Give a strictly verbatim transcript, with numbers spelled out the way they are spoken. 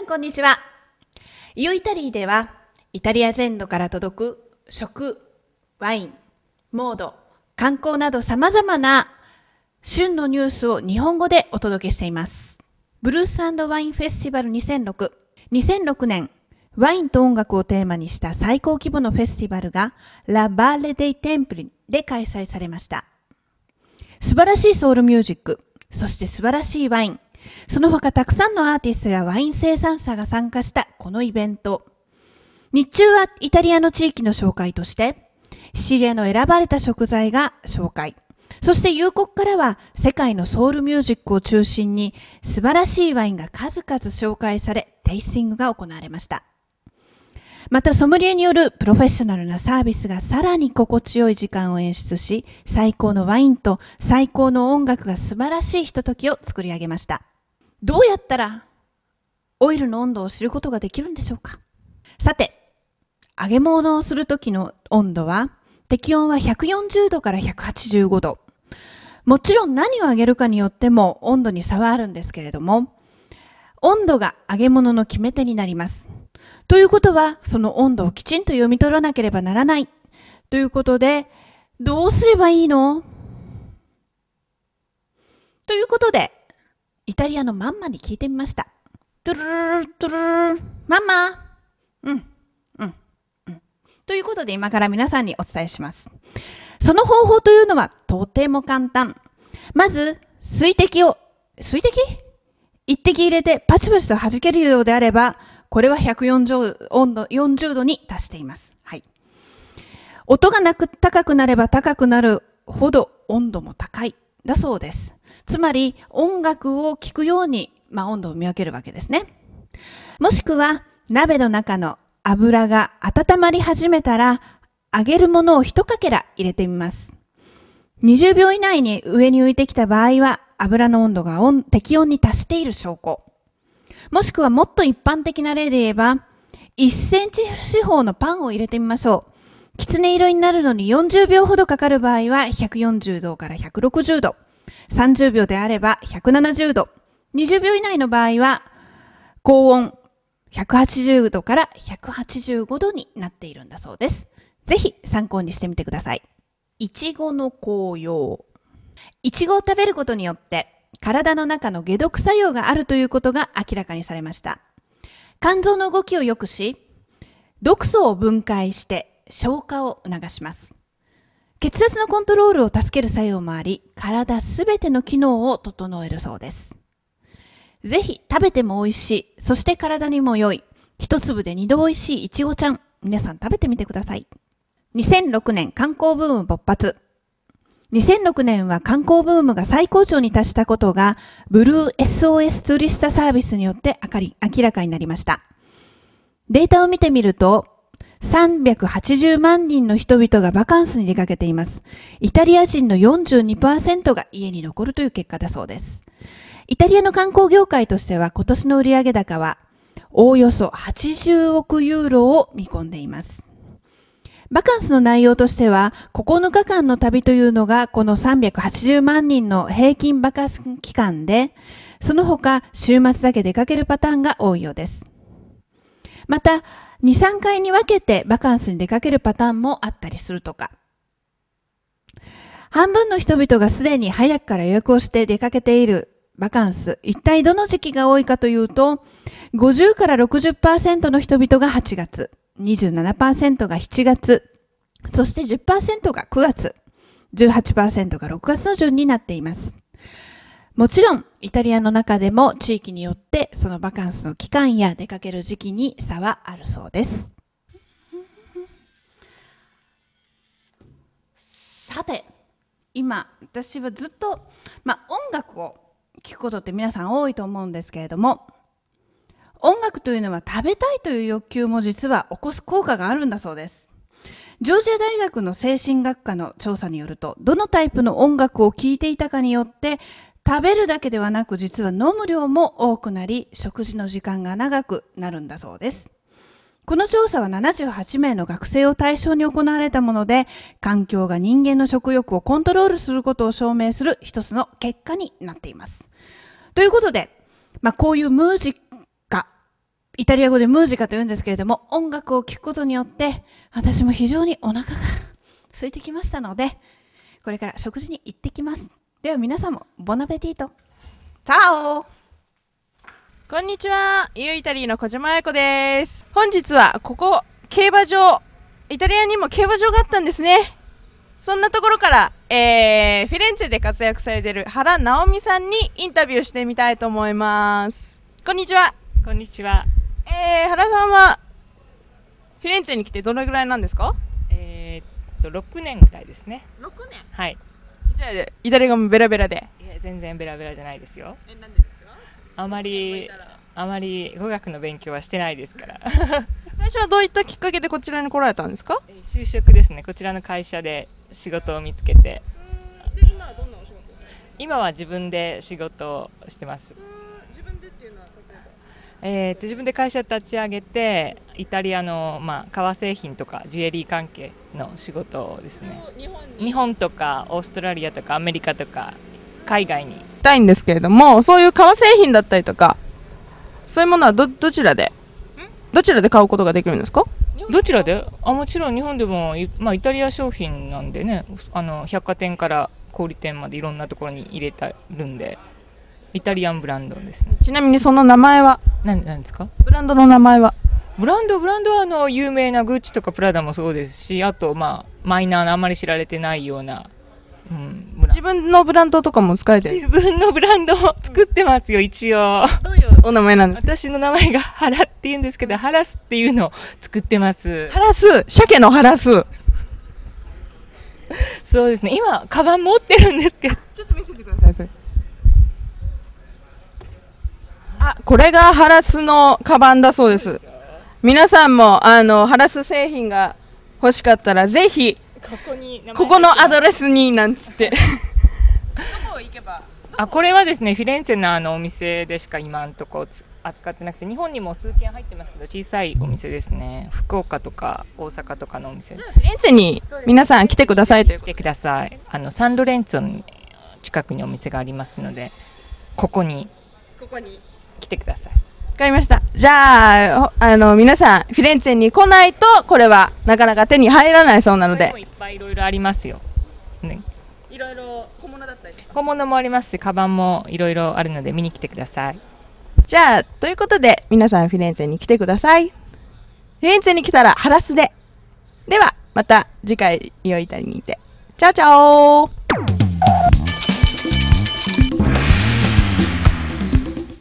んこんにちは。イオイタリーではイタリア全土から届く食、ワイン、モード、観光などさまざまな旬のニュースを日本語でお届けしています。ブルース&ワインフェスティバルにせんろく。にせんろくねん、ワインと音楽をテーマにした最高規模のフェスティバルがラ・バーレ・デイ・テンプリで開催されました。素晴らしいソウルミュージック、そして素晴らしいワイン、その他たくさんのアーティストやワイン生産者が参加したこのイベント。日中はイタリアの地域の紹介として、シチリアの選ばれた食材が紹介。そして夕刻からは世界のソウルミュージックを中心に素晴らしいワインが数々紹介され、テイスティングが行われました。またソムリエによるプロフェッショナルなサービスがさらに心地よい時間を演出し、最高のワインと最高の音楽が素晴らしいひとときを作り上げました。どうやったらオイルの温度を知ることができるんでしょうか。さて、揚げ物をするときの温度は、適温はひゃくよんじゅうどからひゃくはちじゅうごど。もちろん何を揚げるかによっても温度に差はあるんですけれども、温度が揚げ物の決め手になります。ということは、その温度をきちんと読み取らなければならない。ということで、どうすればいいの？ということで、イタリアのマンマに聞いてみました。トゥルルルトゥルルル、マンマ、うん、うん、うん。ということで今から皆さんにお伝えします。その方法というのはとても簡単。まず、水滴を、水滴？一滴入れてパチパチと弾けるようであれば、これはひゃくよんじゅう温度、よんじゅうどに達しています。はい。音がなく高くなれば高くなるほど温度も高い。だそうです。つまり音楽を聴くように、まあ、温度を見分けるわけですね。もしくは鍋の中の油が温まり始めたら揚げるものを一かけら入れてみます。にじゅうびょう以内に上に浮いてきた場合は油の温度が温適温に達している証拠。もしくはもっと一般的な例で言えばいっセンチ四方のパンを入れてみましょう。きつね色になるのによんじゅうびょうほどかかる場合はひゃくよんじゅうどからひゃくろくじゅうど。さんじゅうびょうであればひゃくななじゅうど、にじゅうびょう以内の場合は高温ひゃくはちじゅうどからひゃくはちじゅうごどになっているんだそうです。ぜひ参考にしてみてください。いちごの紅葉。いちごを食べることによって体の中の解毒作用があるということが明らかにされました。肝臓の動きを良くし、毒素を分解して消化を促します。血圧のコントロールを助ける作用もあり、体すべての機能を整えるそうです。ぜひ食べても美味しい、そして体にも良い、一粒で二度美味しいいちごちゃん、皆さん食べてみてください。にせんろくねん観光ブーム勃発。にせんろくねんは観光ブームが最高潮に達したことが、ブルー エスオーエス ツーリストサービスによって明らかになりました。データを見てみると、さんびゃくはちじゅうまんにんの人々がバカンスに出かけています。イタリア人の よんじゅうにパーセント が家に残るという結果だそうです。イタリアの観光業界としては今年の売上高はおおよそはちじゅうおくユーロを見込んでいます。バカンスの内容としてはここのかかんの旅というのがこのさんびゃくはちじゅうまんにんの平均バカンス期間で、その他週末だけ出かけるパターンが多いようです。またに、さんかいに分けてバカンスに出かけるパターンもあったりするとか。半分の人々がすでに早くから予約をして出かけているバカンス。一体どの時期が多いかというと、ごじゅうからろくじゅっパーセントの人々がはちがつ、にじゅうななパーセントがしちがつ、そして じゅっパーセント がくがつ、じゅうはちパーセント がろくがつの順になっています。もちろん、イタリアの中でも地域によってそのバカンスの期間や出かける時期に差はあるそうです。さて、今私はずっと、まあ、音楽を聴くことって皆さん多いと思うんですけれども、音楽というのは食べたいという欲求も実は起こす効果があるんだそうです。ジョージア大学の精神学科の調査によると、どのタイプの音楽を聴いていたかによって食べるだけではなく実は飲む量も多くなり、食事の時間が長くなるんだそうです。この調査はななじゅうはちめいの学生を対象に行われたもので、環境が人間の食欲をコントロールすることを証明する一つの結果になっています。ということで、まあ、こういうムージカイタリア語でムージカと言うんですけれども、音楽を聴くことによって、私も非常にお腹が空いてきましたので、これから食事に行ってきます。では皆さんもボナペティート。チャオ。 こんにちは、イオイタリーの小島彩子です。本日はここ競馬場、イタリアにも競馬場があったんですね。そんなところから、えー、フィレンツェで活躍されている原直美さんにインタビューしてみたいと思います。こんにちは。 こんにちは。 えー、原さんはフィレンツェに来てどれぐらいなんですか？ えー、っとろくねんぐらいですね。 ろくねん。 はい。 じゃあイタリア語もベラベラで。 いや全然ベラベラじゃないですよ。 え、なんでですか？ あまりあまり語学の勉強はしてないですから。 最初はどういったきっかけでこちらに来られたんですか？ 就職ですね。こちらの会社で仕事を見つけて。で今はどんなお仕事ですか？ 今は自分で仕事をしてます。 自分でっていうのは例えばえー、と自分で会社立ち上げてイタリアの、まあ、革製品とかジュエリー関係の仕事ですね。 日本に日本とかオーストラリアとかアメリカとか海外に。 たいんですけれども、そういう革製品だったりとかそういうものは ど, どちらでどちらで買うことができるんですか？ どちらで？あ、もちろん日本でも、まあ、イタリア商品なんでね、あの百貨店から小売店までいろんなところに入れてるんで、イタリアンブランドですね。 ちなみにその名前は、 何なんですか？ ブランドの名前は？ ブランドブランドはあの有名なグッチとかプラダもそうですし、あとまあマイナーなあまり知られてないような、うん、ブランド。 自分のブランドとかも使えてる？ 自分のブランドを作ってますよ、一応。 どういうお名前なんですか？ 私の名前がハラって言うんですけど、ハラスっていうのを作ってます。 ハラス、鮭のハラス。 そうですね、今カバン持ってるんですけど、 ちょっと見せてください。それあ、これがハラスのカバンだそうです。皆さんもあのハラス製品が欲しかったらぜひここに名前ここのアドレスになんつってどこ行けば？ あ、これはですね、フィレンツェのあのお店でしか今のところ扱ってなくて、日本にも数軒入ってますけど小さいお店ですね。福岡とか大阪とかのお店。 フィレンツェに皆さん来てくださいということで。 来てください。あのサンロレンツォの近くにお店がありますので、ここにここに来てください。 わかりました。じゃあ、あの皆さんフィレンツェに来ないとこれはなかなか手に入らないそうなので。 これもいっぱいいろいろありますよ。ね、 いろいろ小物だったりとか。 小物もありますし、カバンもいろいろあるので見に来てください。 じゃあということで皆さんフィレンツェに来てください。フィレンツェに来たらハラスで。ではまた次回イオイタリにて。チャオチャオ。